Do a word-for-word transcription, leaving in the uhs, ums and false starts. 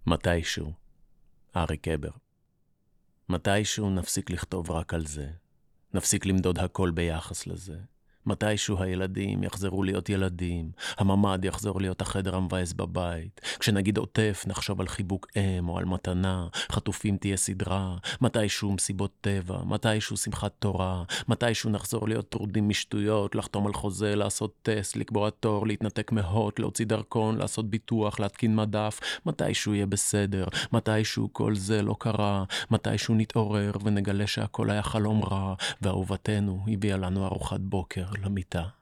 מתישהו, ארי קבר. מתישהו נפסיק לכתוב רק על זה. נפסיק למדוד הכל ביחס לזה. מתישהו הילדים יחזרו להיות ילדים, הממד יחזור להיות החדר המבאס בבית. כשנגיד עוטף נחשוב על חיבוק אם או על מתנה, חטופים תהיה סדרה, מתישהו מסיבות טבע, מתישהו שמחת תורה, מתישהו נחזור להיות טרודים משטויות, לחתום על חוזה, לעשות טסט, לקבוע תור, להתנתק מהות, להוציא דרכון, לעשות ביטוח, להתקין מדף, מתישהו יהיה בסדר, מתישהו כל זה לא קרה, מתישהו נתעורר ונגלה שהכל היה חלום רע, ואהובתנו הביאה לנו ארוחת בוקר למיטה.